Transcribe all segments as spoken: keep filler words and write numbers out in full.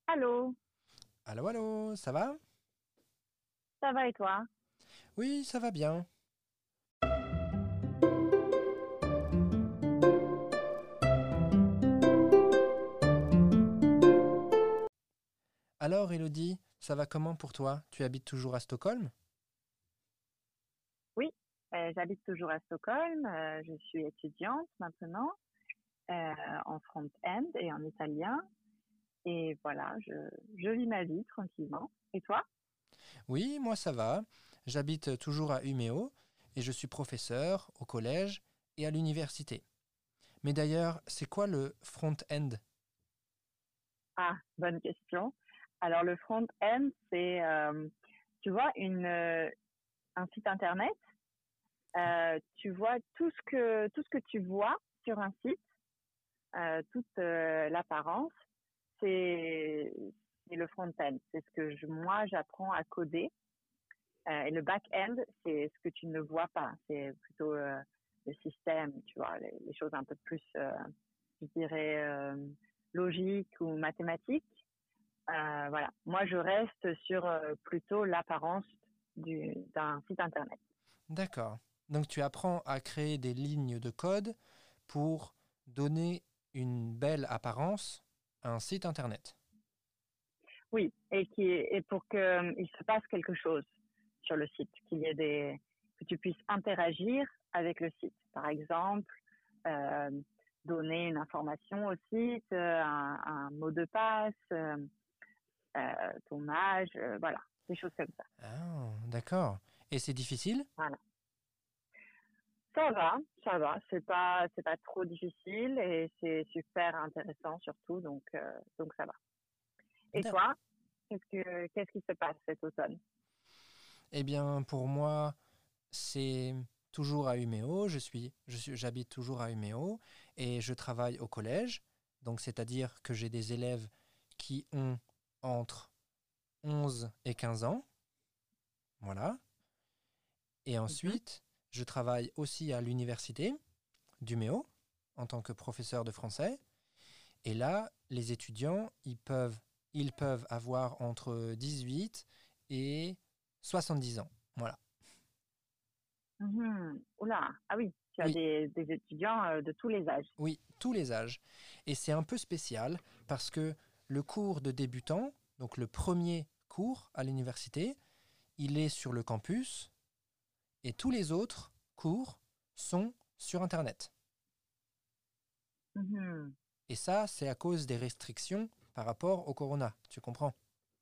Allô, Allô, allô, ça va? ça va et toi? Oui, ça va bien. Alors, Elodie, ça va comment pour toi? Tu habites toujours à Stockholm? Oui, euh, j'habite toujours à Stockholm. Euh, je suis étudiante maintenant euh, en front-end et en italien. Et voilà, je, je vis ma vie tranquillement. Et toi? Oui, moi ça va. J'habite toujours à Umeå et je suis professeur au collège et à l'université. Mais d'ailleurs, c'est quoi le front-end? Ah, bonne question. Alors le front-end, c'est, euh, tu vois, une, euh, un site internet. Euh, tu vois tout ce que tout ce que tu vois sur un site, euh, toute euh, l'apparence. c'est c'est le front-end. C'est ce que je, moi, j'apprends à coder. Euh, et le back-end, c'est ce que tu ne vois pas. C'est plutôt euh, le système, tu vois, les, les choses un peu plus, euh, je dirais, euh, logiques ou mathématiques. Euh, voilà. Moi, je reste sur euh, plutôt l'apparence du, d'un site internet. D'accord. Donc tu apprends à créer des lignes de code pour donner une belle apparence à un site internet. Oui, et, qui, et pour qu'il euh, se passe quelque chose sur le site, qu'il y ait des, que tu puisses interagir avec le site. Par exemple, euh, donner une information au site, euh, un, un mot de passe, euh, euh, ton âge, euh, voilà, des choses comme ça. Ah, d'accord. Et c'est difficile? Voilà. Ça va, ça va, c'est pas, c'est pas trop difficile et c'est super intéressant surtout, donc, euh, donc ça va. Et D'ac- toi, qu'est-ce que, qu'est-ce qui se passe cet automne? Eh bien, pour moi, c'est toujours à Umeå, je suis, je suis, j'habite toujours à Umeå et je travaille au collège. Donc, c'est-à-dire que j'ai des élèves qui ont entre onze et quinze ans. Voilà. Et Mhm. ensuite, je travaille aussi à l'université d'Umeå en tant que professeur de français. Et là, les étudiants, ils peuvent, ils peuvent avoir entre dix-huit et soixante-dix ans. Voilà. Mhm. Oula, ah oui, tu as Oui, des, des étudiants euh, de tous les âges. oui, tous les âges. Et c'est un peu spécial parce que le cours de débutant, donc le premier cours à l'université, il est sur le campus et tous les autres cours sont sur Internet. Mhm. Et ça, c'est à cause des restrictions par rapport au corona. Tu comprends?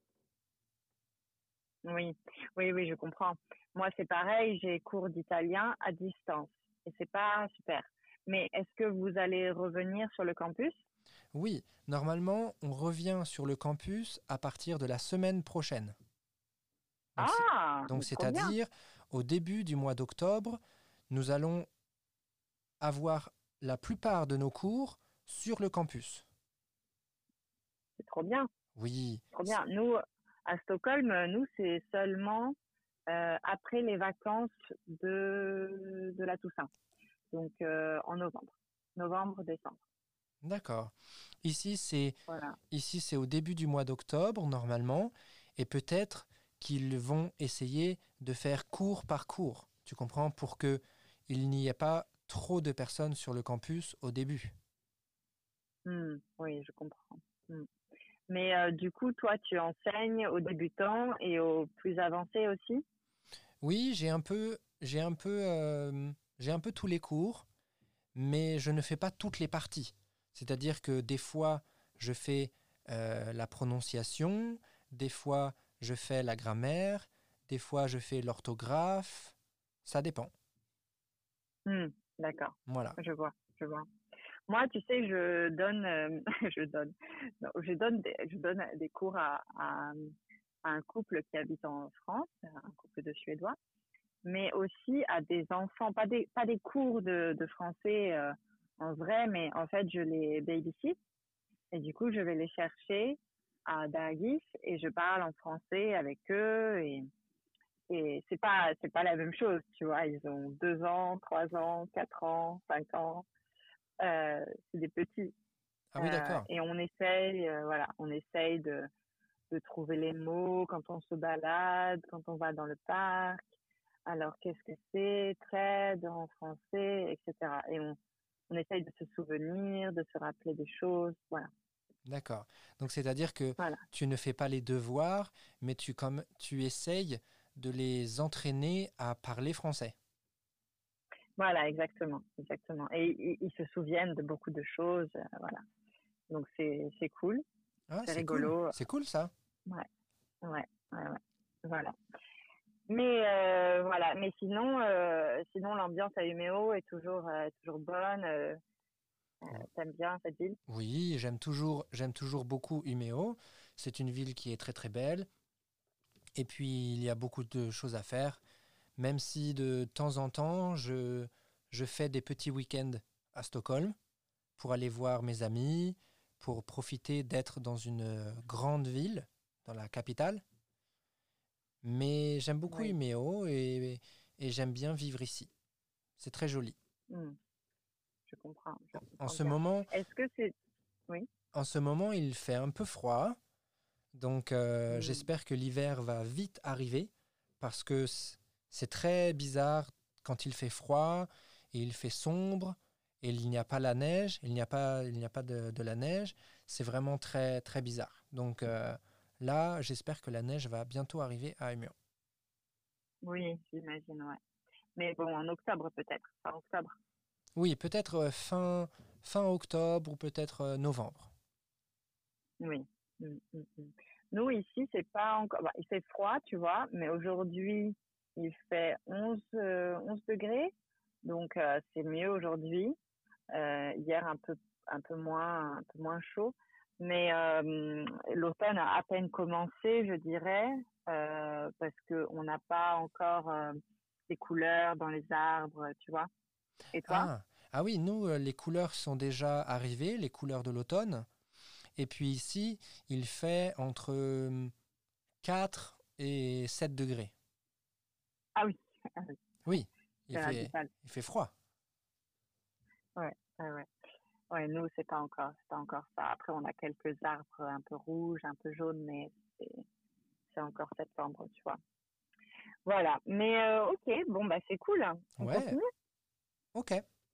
Oui, oui, oui, je comprends. Moi, c'est pareil, j'ai cours d'italien à distance et c'est pas super. Mais est-ce que vous allez revenir sur le campus? Oui, normalement, on revient sur le campus à partir de la semaine prochaine. Donc, c'est- Ah, donc mais trop bien, c'est-à-dire, au début du mois d'octobre, nous allons avoir la plupart de nos cours sur le campus. c'est trop bien, Oui, trop c- bien. Nous, à Stockholm, nous, c'est seulement euh, après les vacances de, de la Toussaint, donc euh, en novembre, novembre, décembre. d'accord. Ici, c'est Voilà. ici, c'est au début du mois d'octobre, normalement, et peut-être qu'ils vont essayer de faire cours par cours. Tu comprends? Pour que il n'y ait pas trop de personnes sur le campus au début. Hmm, oui, je comprends. Hmm. Mais euh, du coup, toi, tu enseignes aux débutants et aux plus avancés aussi? Oui, j'ai un peu, j'ai un peu, euh, j'ai un peu tous les cours, mais je ne fais pas toutes les parties. C'est-à-dire que des fois, je fais euh, la prononciation, des fois, je fais la grammaire, des fois, je fais l'orthographe. Ça dépend. Hmm, d'accord, Voilà. je vois, je vois. Moi, tu sais, je donne, euh, je donne, non, je donne des, je donne des cours à, à, à un couple qui habite en France, un couple de Suédois, mais aussi à des enfants, pas des, pas des cours de, de français euh, en vrai, mais en fait, je les babysit et du coup, je vais les chercher à Dagis et je parle en français avec eux et et c'est pas c'est pas la même chose, tu vois. Ils ont deux ans, trois ans, quatre ans, cinq ans. Euh, c'est des petits. Ah oui, Euh, d'accord. et on essaye, euh, voilà, on essaye de, de trouver les mots quand on se balade, quand on va dans le parc. Alors, qu'est-ce que c'est, trade en français, et cetera. Et on, on essaye de se souvenir, de se rappeler des choses. Voilà. D'accord. Donc, c'est-à-dire que Voilà. tu ne fais pas les devoirs, mais tu, comme, tu essayes de les entraîner à parler français. Voilà, exactement. Exactement. Et ils, ils se souviennent de beaucoup de choses. euh, voilà. Donc, c'est, c'est cool. Ah, C'est c'est cool. rigolo. C'est cool ça. Ouais. Ouais. Ouais. Ouais. Voilà. Mais euh, voilà. Mais sinon, euh, sinon l'ambiance à Umeå est toujours, euh, toujours bonne. Euh, euh, T'aimes bien cette ville? Oui, j'aime toujours, j'aime toujours beaucoup Umeå. C'est une ville qui est très très belle. Et puis, il y a beaucoup de choses à faire. Même si de temps en temps, je, je fais des petits week-ends à Stockholm pour aller voir mes amis, pour profiter d'être dans une euh, grande ville, dans la capitale. Mais j'aime beaucoup Oui. Umeå et, et j'aime bien vivre ici. C'est très joli. Hmm, je comprends. Je En comprends ce bien. moment, Est-ce que c'est... Oui. en ce moment, il fait un peu froid, donc euh, Hmm, j'espère que l'hiver va vite arriver parce que c- c'est très bizarre quand il fait froid et il fait sombre et il n'y a pas la neige, il n'y a pas, il n'y a pas de, de la neige. C'est vraiment très très bizarre. Donc euh, là, j'espère que la neige va bientôt arriver à Umeå. oui, j'imagine, ouais. Mais bon, en octobre peut-être. Fin octobre. Oui, peut-être euh, fin fin octobre ou peut-être euh, novembre. Oui. Hmm, hmm, hmm. Nous, ici, c'est pas encore... bah, il fait froid, tu vois, mais aujourd'hui, il fait onze euh, onze degrés. Donc, euh, c'est mieux aujourd'hui. Euh, hier, un peu, un peu moins, un peu moins chaud. Mais euh, l'automne a à peine commencé, je dirais, euh, parce que on n'a pas encore euh, les couleurs dans les arbres, tu vois. Et toi? Ah, ah oui, nous, euh, les couleurs sont déjà arrivées, les couleurs de l'automne. Et puis ici, il fait entre euh, quatre et sept degrés. Ah oui, ah oui, Oui, il c'est fait, radical. il fait froid. Ouais, ouais, ouais. Ouais, nous, c'est pas encore, c'est pas encore ça. Après, on a quelques arbres un peu rouges, un peu jaunes, mais c'est, c'est encore septembre, tu vois. Voilà. Mais euh, ok, bon bah c'est cool. On Ouais, continue. ok.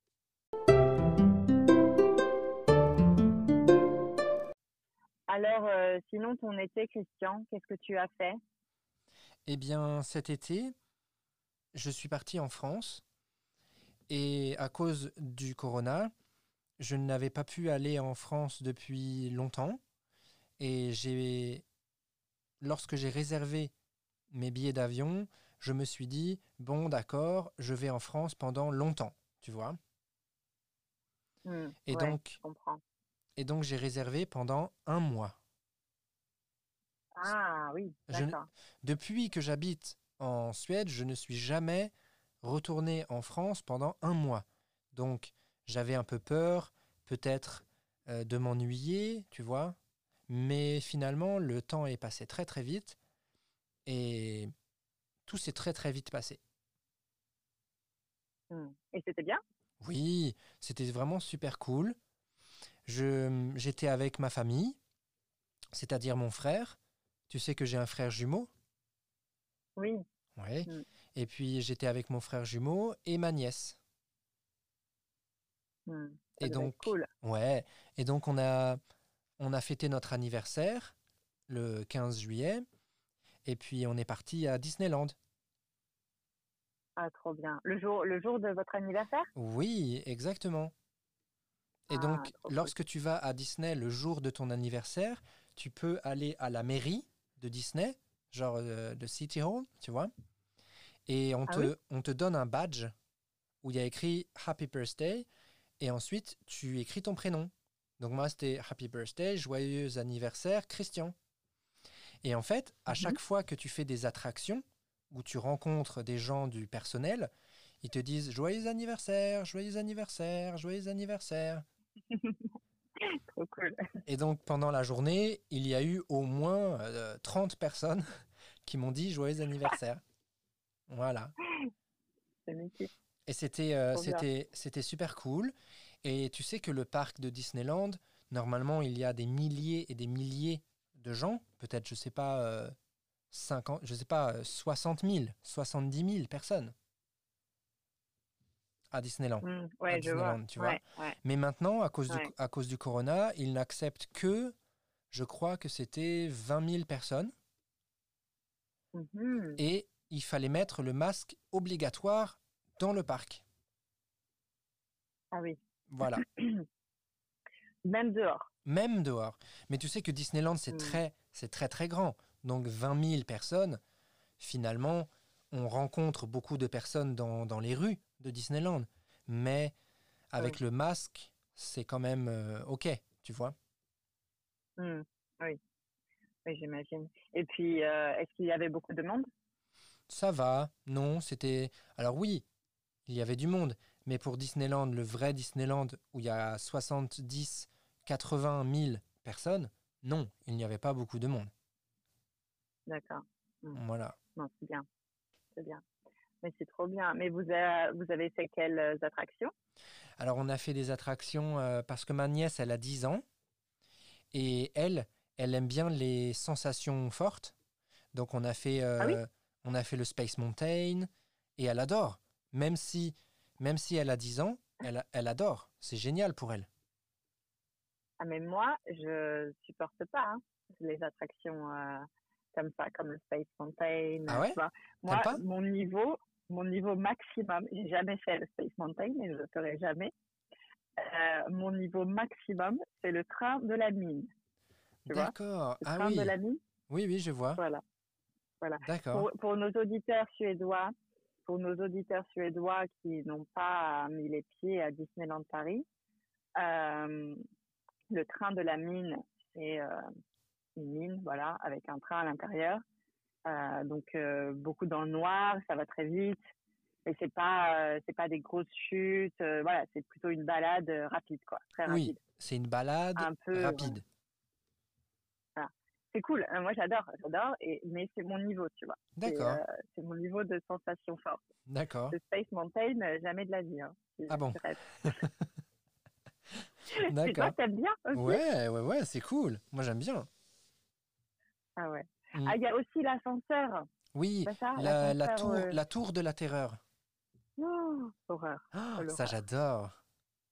Alors, euh, sinon, ton été, Christian, qu'est-ce que tu as fait? Eh bien, cet été, je suis parti en France et à cause du corona, je n'avais pas pu aller en France depuis longtemps. Et j'ai, lorsque j'ai réservé mes billets d'avion, je me suis dit, bon, d'accord, je vais en France pendant longtemps, tu vois. Hmm, Et ouais, je donc, comprends. et donc j'ai réservé pendant un mois. Ah oui, Je ne- d'accord. Depuis que j'habite en Suède, je ne suis jamais retourné en France pendant un mois. Donc, j'avais un peu peur, peut-être euh, de m'ennuyer, tu vois. Mais finalement, le temps est passé très très vite et tout s'est très très vite passé. Hmm. Et c'était bien? Oui, c'était vraiment super cool. Je, j'étais avec ma famille, c'est-à-dire mon frère. Tu sais que j'ai un frère jumeau. Oui. Ouais. Hmm, Et puis j'étais avec mon frère jumeau et ma nièce. hmm. Ça Et devait être donc, cool. ouais. Et donc on a, on a fêté notre anniversaire le quinze juillet. Et puis on est parti à Disneyland. Ah, trop bien. Le jour, le jour de votre anniversaire? Oui, exactement. Et Ah, donc, trop cool. lorsque tu vas à Disney le jour de ton anniversaire, tu peux aller à la mairie de Disney, genre euh, de City Hall, tu vois. Et on Ah oui? te, on te donne un badge où il y a écrit Happy Birthday. Et ensuite, tu écris ton prénom. Donc moi, c'était Happy Birthday, joyeux anniversaire, Christian. Et en fait, à Mhm. chaque fois que tu fais des attractions, où tu rencontres des gens du personnel, ils te disent joyeux anniversaire, joyeux anniversaire, joyeux anniversaire. Trop cool. Et donc pendant la journée, il y a eu au moins euh, trente personnes qui m'ont dit joyeux anniversaire. Voilà. C'est mythique. Et c'était euh, Trop bien. c'était c'était super cool. Et tu sais que le parc de Disneyland normalement, il y a des milliers et des milliers de gens, peut-être, je sais pas, euh, cinquante, je sais pas, euh, soixante mille, soixante-dix mille personnes à Disneyland, Mm, à ouais, je vois. Disneyland, tu vois. Ouais, ouais, Mais maintenant, à cause du, ouais. à cause du corona, ils n'acceptent que, je crois que c'était vingt mille personnes Mhm. et il fallait mettre le masque obligatoire dans le parc. Ah oui. Voilà, Même dehors. même dehors. Mais tu sais que Disneyland, c'est Mm, très, c'est très, très grand. Donc vingt mille personnes, finalement, on rencontre beaucoup de personnes dans, dans les rues de Disneyland. Mais oui. avec le masque, c'est quand même euh, OK, tu vois. Mm, oui, oui, j'imagine. Et puis, euh, est-ce qu'il y avait beaucoup de monde? Ça va, non, c'était... Alors oui, il y avait du monde, mais pour Disneyland, le vrai Disneyland, où il y a soixante-dix, quatre-vingt mille personnes, non, il n'y avait pas beaucoup de monde. D'accord. Mm. Voilà. Non, c'est bien, c'est bien. Mais c'est trop bien. Mais vous, a- vous avez fait quelles euh, attractions? Alors on a fait des attractions euh, parce que ma nièce, elle a dix ans, et elle, elle aime bien les sensations fortes. Donc on a fait, Ah oui? euh, on a fait le Space Mountain, et elle adore. Même si, même si elle a dix ans, elle, a- elle adore. C'est génial pour elle. Ah, mais moi, je supporte pas hein, les attractions euh, comme ça, comme le Space Mountain, Ah euh, tu ouais? vois. T'aimes Moi, pas? mon niveau, mon niveau maximum, j'ai jamais fait le Space Mountain et je le ferai jamais. Euh, mon niveau maximum, c'est le train de la mine, tu vois. D'accord. Le Ah train de oui. la mine, Oui, oui, je vois. voilà, voilà. D'accord. Pour, pour nos auditeurs suédois, pour nos auditeurs suédois qui n'ont pas mis les pieds à Disneyland Paris, euh, le train de la mine, c'est euh, une mine, voilà, avec un train à l'intérieur. Euh, donc euh, beaucoup dans le noir, ça va très vite, mais c'est pas euh, c'est pas des grosses chutes, euh, voilà, c'est plutôt une balade euh, rapide quoi, très Oui, rapide. c'est une balade Un peu voilà. rapide. Voilà. C'est cool, euh, moi j'adore, j'adore et mais c'est mon niveau, tu vois. C'est D'accord. euh, c'est mon niveau de sensation forte. D'accord. Le Space Mountain, euh, jamais de la vie hein. Je, Ah bon. je rêve. Et toi, D'accord. t'aimes bien aussi? Ouais, ouais, ouais, c'est cool. Moi, j'aime bien. Ah ouais. Mm. Ah, il y a aussi l'ascenseur. Oui, C'est pas ça, la, la l'ascenseur tour, euh... la tour de la terreur. oh, horreur, oh, Ah, ça, l'horreur. j'adore.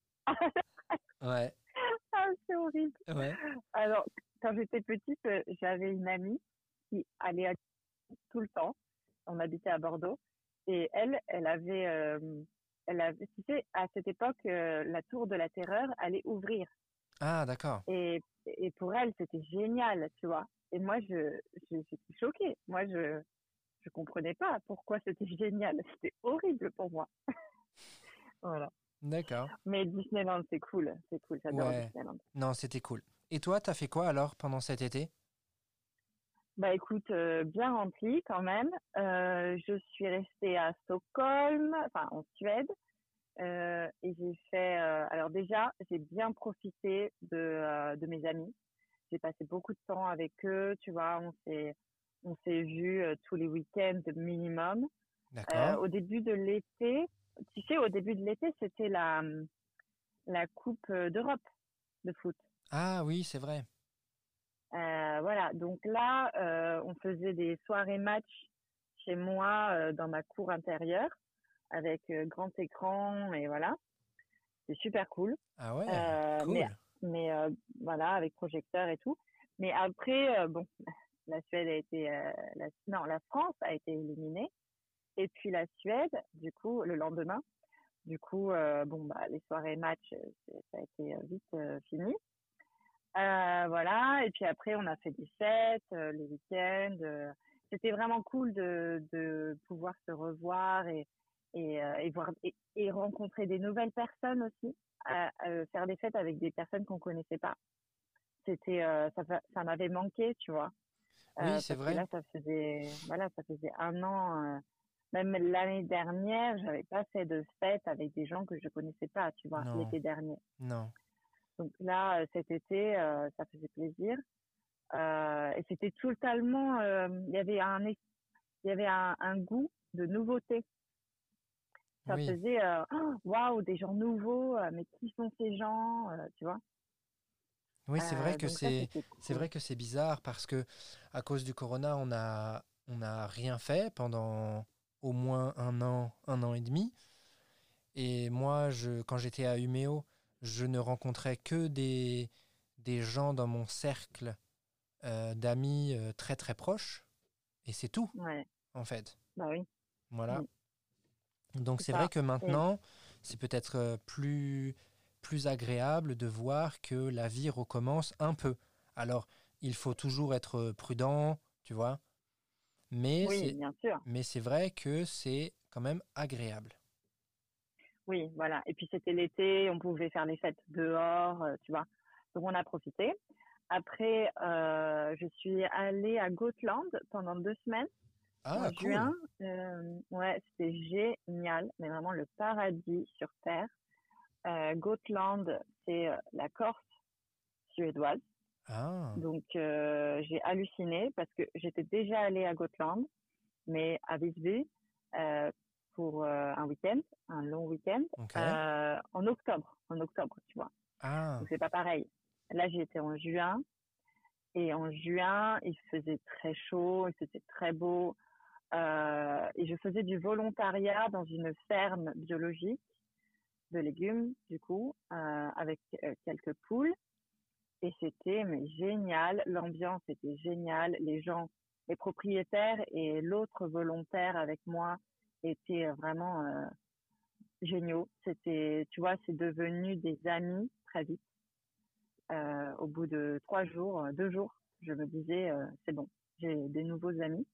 Ouais, Ah, c'est horrible. ouais. Alors, quand j'étais petite, euh, j'avais une amie qui allait à tout le temps. On habitait à Bordeaux. Et elle, elle avait, euh, elle avait, tu sais, à cette époque, euh, la tour de la Terreur allait ouvrir. Ah, d'accord. Et, et pour elle, c'était génial, tu vois. Et moi, je, je, j'étais choquée. Moi, je, je comprenais pas pourquoi c'était génial. C'était horrible pour moi. Voilà. D'accord. Mais Disneyland, c'est cool. C'est cool. J'adore Ouais. Disneyland. Non, c'était cool. Et toi, t'as fait quoi alors pendant cet été? Bah écoute, euh, bien rempli quand même. Euh, je suis restée à Stockholm, enfin en Suède, euh, et j'ai fait. Euh, alors déjà, j'ai bien profité de euh, de mes amis. J'ai passé beaucoup de temps avec eux, tu vois. On s'est on s'est vus euh, tous les week-ends minimum. Euh, D'accord. au début de l'été, tu sais, au début de l'été, c'était la la Coupe d'Europe de foot. Ah oui, c'est vrai. Euh, voilà, donc là, euh, on faisait des soirées match chez moi euh, dans ma cour intérieure avec euh, grand écran et voilà, c'est super cool. Ah ouais, Euh, mais cool. mais euh, voilà, avec projecteur et tout. Mais après, euh, bon, la Suède a été, euh, la, non, la France a été éliminée et puis la Suède, du coup, le lendemain. Du coup, euh, bon, bah, les soirées match, euh, ça a été euh, vite euh, fini. Euh, voilà, et puis après, on a fait des fêtes, euh, les week-ends. Euh, c'était vraiment cool de, de pouvoir se revoir et, et, euh, et voir et, et rencontrer des nouvelles personnes aussi, euh, euh, faire des fêtes avec des personnes qu'on connaissait pas. C'était, euh, ça, fa- ça m'avait manqué, tu vois, Oui, euh, c'est parce que vrai. là, ça faisait, voilà, ça faisait un an. Euh, même l'année dernière, j'avais pas fait de fête avec des gens que je connaissais pas, tu vois, Non, l'été dernier. non. Donc là, euh, cet été, euh, ça faisait plaisir. Euh, et c'était totalement, euh, il y avait un, il y avait un, un goût de nouveauté. Ça Oui, faisait, euh, oh, waouh, des gens nouveaux, euh, mais qui sont ces gens, euh, tu vois? Oui, c'est vrai Euh, que donc ça, c'est c'était c'est cool. vrai que c'est bizarre parce que à cause du corona, on a on n'a rien fait pendant au moins un an, un an et demi. Et moi, je, quand j'étais à Umeå, je ne rencontrais que des, des gens dans mon cercle euh, d'amis euh, très très proches. Et c'est tout, Ouais, en fait. bah oui, Voilà. mm, Donc c'est c'est vrai ça. que Et maintenant, c'est peut-être euh, plus, plus agréable de voir que la vie recommence un peu. Alors, il faut toujours être prudent, tu vois, mais oui, c'est, bien sûr. mais c'est vrai que c'est quand même agréable. Oui, voilà. Et puis c'était l'été, on pouvait faire les fêtes dehors, euh, tu vois. Donc on a profité. Après, euh, je suis allée à Gotland pendant deux semaines en Ah, cool. juin. Euh, ouais, c'était génial, mais vraiment le paradis sur Terre. Euh, Gotland, c'est euh, la Corse suédoise. Ah, Donc euh, j'ai halluciné parce que j'étais déjà allée à Gotland, mais à Visby euh, pour euh, un week-end, un long week-end, ok. euh, en octobre, en octobre, tu vois. Ah, Donc c'est pas pareil. Là j'étais en juin et en juin il faisait très chaud, il faisait très beau euh, et je faisais du volontariat dans une ferme biologique de légumes du coup euh, avec euh, quelques poules. Et c'était mais génial, l'ambiance était géniale, les gens, les propriétaires et l'autre volontaire avec moi étaient vraiment euh, géniaux. C'était, tu vois, c'est devenu des amis très vite. Euh, au bout de trois jours, euh, deux jours, je me disais euh, c'est bon, j'ai des nouveaux amis.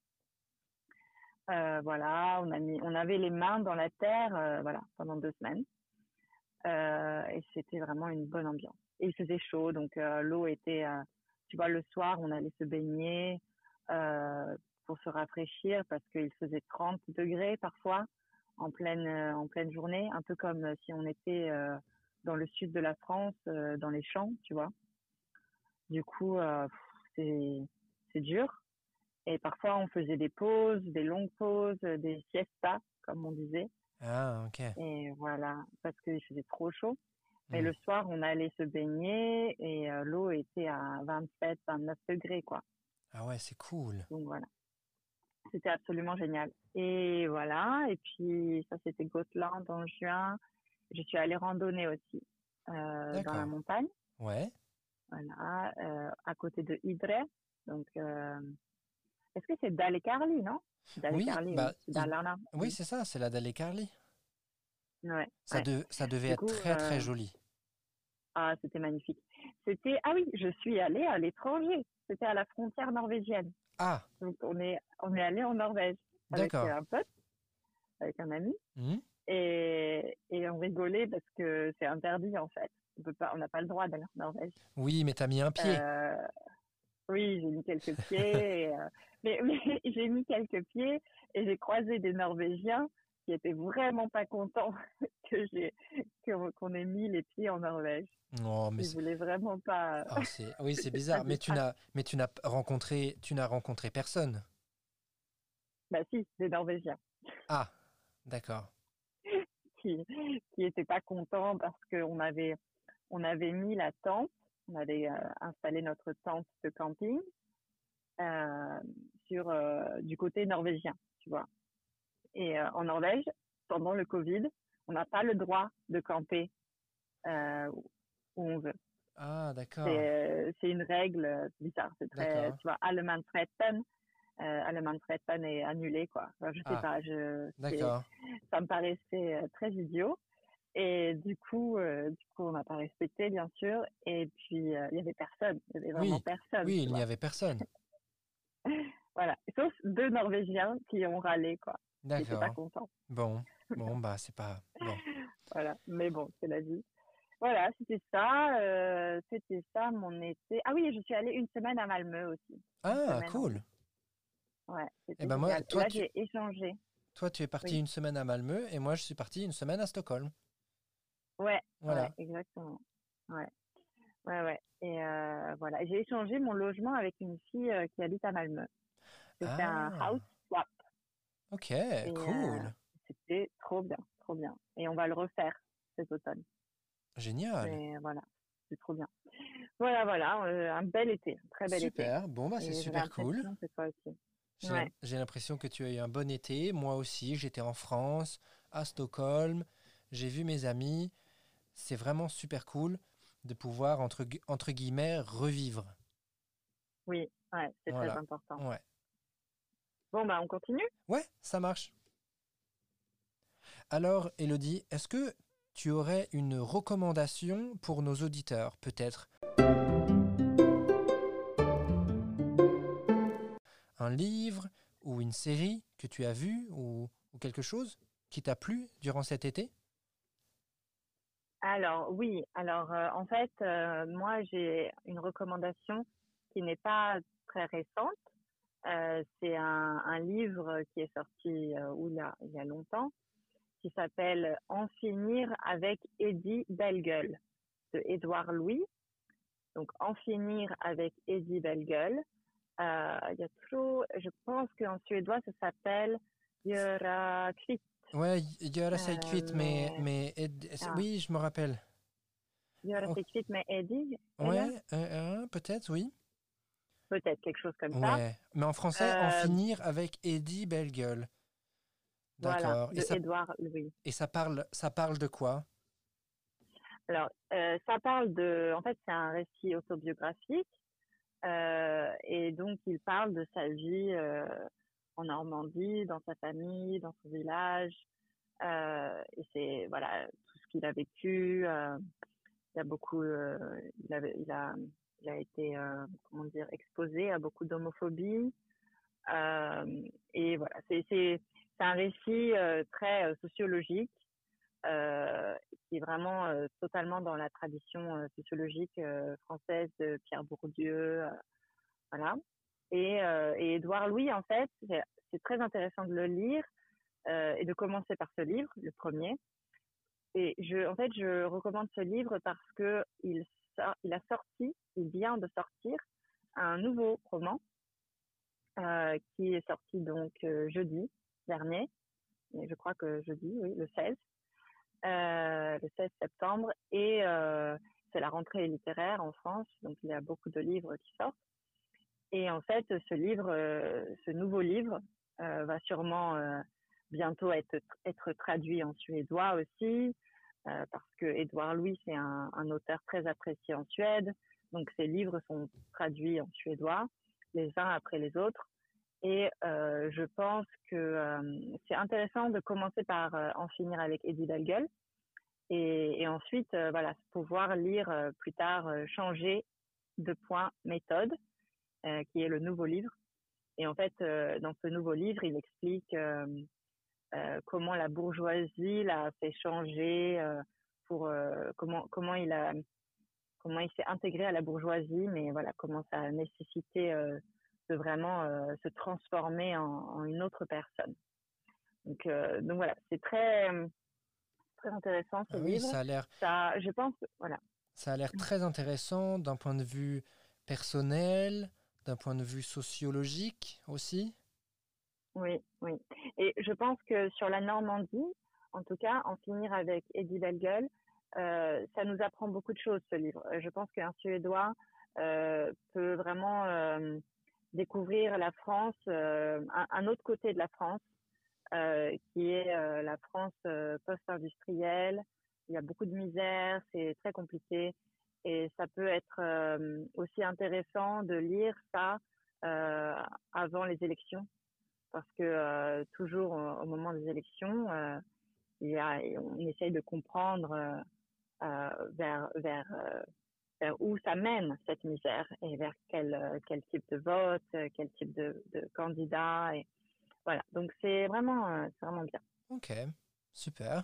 Euh, voilà, on a mis, on avait les mains dans la terre, euh, voilà, pendant deux semaines. Euh, et c'était vraiment une bonne ambiance. Et il faisait chaud, donc euh, l'eau était, euh, tu vois, le soir, on allait se baigner euh, pour se rafraîchir parce qu'il faisait trente degrés parfois en pleine, euh, en pleine journée, un peu comme si on était euh, dans le sud de la France, euh, dans les champs, tu vois. Du coup, euh, c'est, c'est dur. Et parfois, on faisait des pauses, des longues pauses, des siestas, comme on disait. ah, ok. Et voilà, parce qu'il faisait trop chaud. Mais Hmm. le soir, on allait se baigner et euh, l'eau était à vingt-sept, vingt-neuf degrés, quoi. Ah ouais, c'est cool. Donc voilà, c'était absolument génial. Et voilà, et puis ça, c'était Gotland en juin. Je suis allée randonner aussi euh, dans la D'accord. montagne, Ouais. voilà, euh, à côté de Idre. Donc, euh, est-ce que c'est Dalecarli, non? Oui, Dalecarli, bah, oui, c'est il- Dalarna. oui, Mm. c'est ça, c'est la Dalle Carly. Ouais, Ça, ouais. de... ça devait Du être coup, très très euh, joli. ah, c'était magnifique. C'était, ah oui, je suis allée à l'étranger. C'était à la frontière norvégienne. Ah, Donc, on est, on est allé en Norvège avec d'accord. un pote, avec un ami. Hmm. Et, et on rigolait parce que c'est interdit, en fait. On peut pas, on n'a pas le droit d'aller en Norvège. Oui, mais t'as mis un pied. Euh, oui, j'ai mis quelques pieds. Et, euh, mais, mais j'ai mis quelques pieds et j'ai croisé des Norvégiens qui étaient vraiment pas contents que j'ai, que- qu'on ait mis les pieds en Norvège. Oh, mais Ils c'est... voulaient vraiment pas, oh, c'est... Oui, c'est pas bizarre. Mais de, tu ah, n'as, mais tu n'as rencontré, tu n'as rencontré personne. bah si, des Norvégiens Ah, d'accord. qui qui étaient pas contents parce qu'on avait on avait mis la tente, on avait euh, installé notre tente de camping euh, sur euh, du côté norvégien, tu vois. Et euh, en Norvège, pendant le Covid, on n'a pas le droit de camper euh, où on veut. Ah, d'accord. C'est c'est une règle bizarre, c'est très, D'accord. tu vois, Allemansretten, euh, Allemansretten est annulé quoi. Enfin, je sais Ah, pas, je c'est d'accord. ça me paraissait euh, très idiot. Et du coup, euh, du coup, on n'a pas respecté, bien sûr. Et puis, euh, il y avait personne. Il y avait vraiment Oui, personne, oui, tu il n'y vois. avait personne. Voilà. Sauf deux Norvégiens qui ont râlé, quoi. Qui n'étaient pas D'accord. contents. Bon, bon, bah c'est pas... Bon. Voilà. Mais bon, c'est la vie. Voilà, c'était ça. Euh, c'était ça, mon été. Ah oui, je suis allée une semaine à Malmö aussi. Une Ah, semaine en août. cool. Ouais, Eh c'était ben moi, génial. Et toi, là, tu, j'ai échangé. toi, tu es parti Oui. une semaine à Malmö et moi, je suis parti une semaine à Stockholm. Ouais, ouais, Voilà. exactement. Ouais, ouais, ouais. Et euh, voilà, j'ai échangé mon logement avec une fille euh, qui habite à Malmö. J'ai fait un house Ah, swap ok, et euh, cool. c'était trop bien, trop bien. Et on va le refaire cet automne. Génial. Mais voilà. c'est trop bien. Voilà, voilà, euh, un bel été, un très bel été. Super, bon bah c'est Et j'ai super cool. l'impression que toi aussi. J'ai l'im- Ouais, j'ai l'impression que tu as eu un bon été. Moi aussi, j'étais en France, à Stockholm. J'ai vu mes amis. C'est vraiment super cool de pouvoir, entre, gu- entre guillemets, revivre. oui, ouais, c'est très Voilà. important. Ouais. Bon, bah, on continue? Ouais, ça marche. Alors, Elodie, est-ce que tu aurais une recommandation pour nos auditeurs, peut-être un livre ou une série que tu as vue ou, ou quelque chose qui t'a plu durant cet été? Alors, oui, alors, euh, en fait, euh, moi, j'ai une recommandation qui n'est pas très récente. Euh, c'est un, un livre qui est sorti euh, où, là, il y a longtemps, qui s'appelle En finir avec Eddie Bellegueule de Édouard Louis. Donc, En finir avec Eddie Bellegueule. Euh, il y a toujours, je pense qu'en suédois, ça s'appelle Göra Kvitt. Ouais, Göra sig Euh, kvitt med, mais, med Ed- ah, Oui, je me rappelle. Göra Oh, sig kvitt med Eddie, eller? ouais, euh, euh, peut-être, oui. Peut-être quelque chose comme ça. Ouais, mais en français, en Euh, finir avec Eddie Bellegueule. voilà, D'accord. Et de ça, Édouard Louis. et ça parle, ça parle de quoi? Alors, euh, ça parle de, en fait, c'est un récit autobiographique, euh, et donc il parle de sa vie euh, en Normandie, dans sa famille, dans son village, euh, et c'est voilà tout ce qu'il a vécu. Euh, il a beaucoup, euh, il, avait, il a, il a été, euh, comment dire, exposé à beaucoup d'homophobie, euh, et voilà, c'est c'est c'est un récit euh, très euh, sociologique euh, qui est vraiment euh, totalement dans la tradition euh, sociologique euh, française de Pierre Bourdieu, euh, voilà. Et, euh, et Édouard Louis, en fait, c'est c'est très intéressant de le lire euh, et de commencer par ce livre, le premier. Et je, en fait, je recommande ce livre parce que il, sort, il a sorti, il vient de sortir un nouveau roman euh, qui est sorti donc euh, jeudi dernier, je crois que jeudi, oui, le seize, euh, le seize septembre, et euh, c'est la rentrée littéraire en France, donc il y a beaucoup de livres qui sortent. Et en fait, ce livre, euh, ce nouveau livre, euh, va sûrement euh, bientôt être, être traduit en suédois aussi, euh, parce que Édouard Louis, c'est un, un auteur très apprécié en Suède, donc ses livres sont traduits en suédois, les uns après les autres. Et euh, je pense que euh, c'est intéressant de commencer par euh, en finir avec Eddie Bellegueule, et, et ensuite, euh, voilà, pouvoir lire euh, plus tard euh, Changer de point méthode, euh, qui est le nouveau livre. Et en fait, euh, dans ce nouveau livre, il explique euh, euh, comment la bourgeoisie l'a fait changer, euh, pour euh, comment comment il a comment il s'est intégré à la bourgeoisie, mais voilà comment ça a nécessité euh, de vraiment euh, se transformer en, en une autre personne. Donc euh, donc voilà, c'est très très intéressant ce Ah oui, livre. ça a l'air, Ça, je pense, voilà. ça a l'air très intéressant d'un point de vue personnel, d'un point de vue sociologique aussi. Oui, oui. Et je pense que sur la Normandie, en tout cas, en finir avec Eddie Bellegueule, euh, ça nous apprend beaucoup de choses, ce livre. Euh, Je pense qu'un Suédois euh, peut vraiment euh, découvrir la France, euh, un, un autre côté de la France, euh, qui est euh, la France euh, post-industrielle. Il y a beaucoup de misère, c'est très compliqué. Et ça peut être euh, aussi intéressant de lire ça euh, avant les élections, parce que euh, toujours au, au moment des élections, euh, il y a, on essaye de comprendre euh, euh, vers, vers, euh, vers où ça mène cette misère et vers quel, euh, quel type de vote, euh, quel type de, de candidat. Et voilà, donc c'est vraiment, euh, c'est vraiment bien. Ok, super.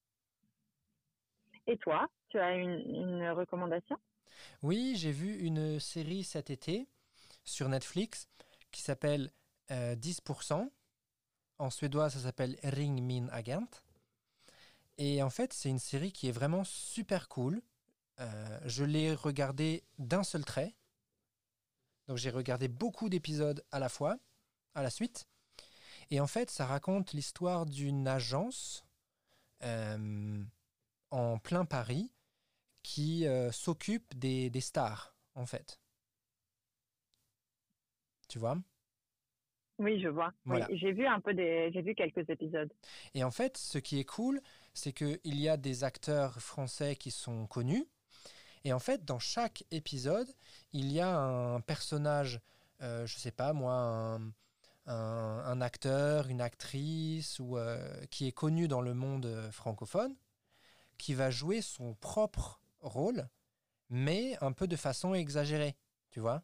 Et toi, tu as une, une recommandation? Oui, j'ai vu une série cet été sur Netflix qui s'appelle euh, dix pour cent. En suédois, ça s'appelle Ring min agent. Et en fait, c'est une série qui est vraiment super cool. Euh, je l'ai regardée d'un seul trait. Donc j'ai regardé beaucoup d'épisodes à la fois, à la suite. Et en fait, ça raconte l'histoire d'une agence euh, en plein Paris qui euh, s'occupe des, des stars, en fait. Tu vois? Oui, je vois. Oui, Voilà. j'ai vu un peu des, j'ai vu quelques épisodes. Et en fait, ce qui est cool, c'est qu'il y a des acteurs français qui sont connus. Et en fait, dans chaque épisode, il y a un personnage, euh, je sais pas moi, un, un- un acteur, une actrice, ou euh, qui est connu dans le monde euh, francophone, qui va jouer son propre rôle, mais un peu de façon exagérée, tu vois?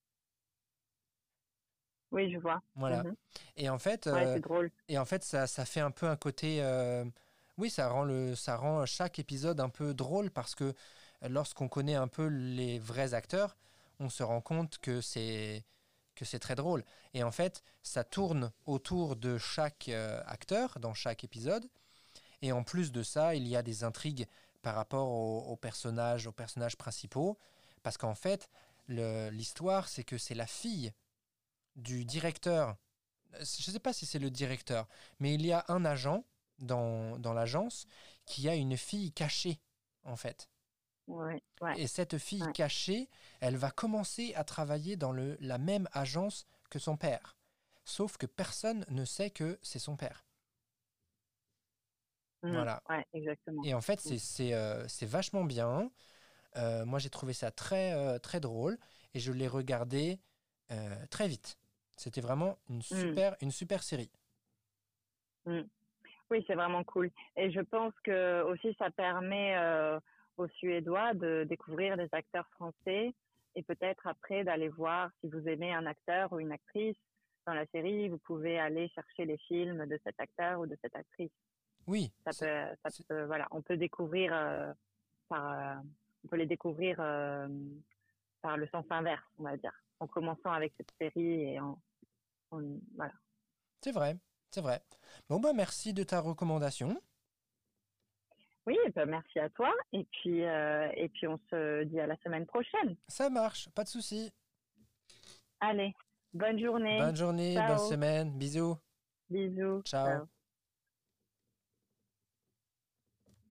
Oui, je vois. Voilà. Mhm. Et en fait, Ouais, euh, c'est drôle. et en fait ça, ça fait un peu un côté... euh, oui, ça rend, le, ça rend chaque épisode un peu drôle parce que lorsqu'on connaît un peu les vrais acteurs, on se rend compte que c'est que c'est très drôle. Et en fait, ça tourne autour de chaque euh, acteur dans chaque épisode. Et en plus de ça, il y a des intrigues par rapport aux, aux personnages, aux personnages principaux. Parce qu'en fait, le- l'histoire, c'est que c'est la fille du directeur. Je ne sais pas si c'est le directeur, mais il y a un agent dans, dans l'agence qui a une fille cachée, en fait. Ouais, ouais, Et cette fille ouais. cachée, elle va commencer à travailler dans le, la même agence que son père. Sauf que personne ne sait que c'est son père. Mhm. Voilà. Ouais, exactement. Et en fait, Mhm. c'est c'est, euh, c'est vachement bien. Euh, moi, j'ai trouvé ça très, euh, très drôle et je l'ai regardé euh, très vite. C'était vraiment une Mhm. super, une super série. Mhm. Oui, c'est vraiment cool. Et je pense que aussi ça permet euh, aux Suédois de découvrir des acteurs français et peut-être après d'aller voir si vous aimez un acteur ou une actrice dans la série, vous pouvez aller chercher les films de cet acteur ou de cette actrice. Oui, Ça c'est peut, ça c'est- peut, voilà, on peut découvrir euh, par, euh, on peut les découvrir euh, par le sens inverse, on va dire, en commençant avec cette série et en, en voilà. c'est vrai, c'est vrai. Bon, bah, merci de ta recommandation. Oui, ben merci à toi. Et puis, euh, et puis on se dit à la semaine prochaine. Ça marche, pas de souci. Allez, bonne journée. Bonne journée, bonne Ciao. semaine, bisous, Bisous. ciao. Ciao.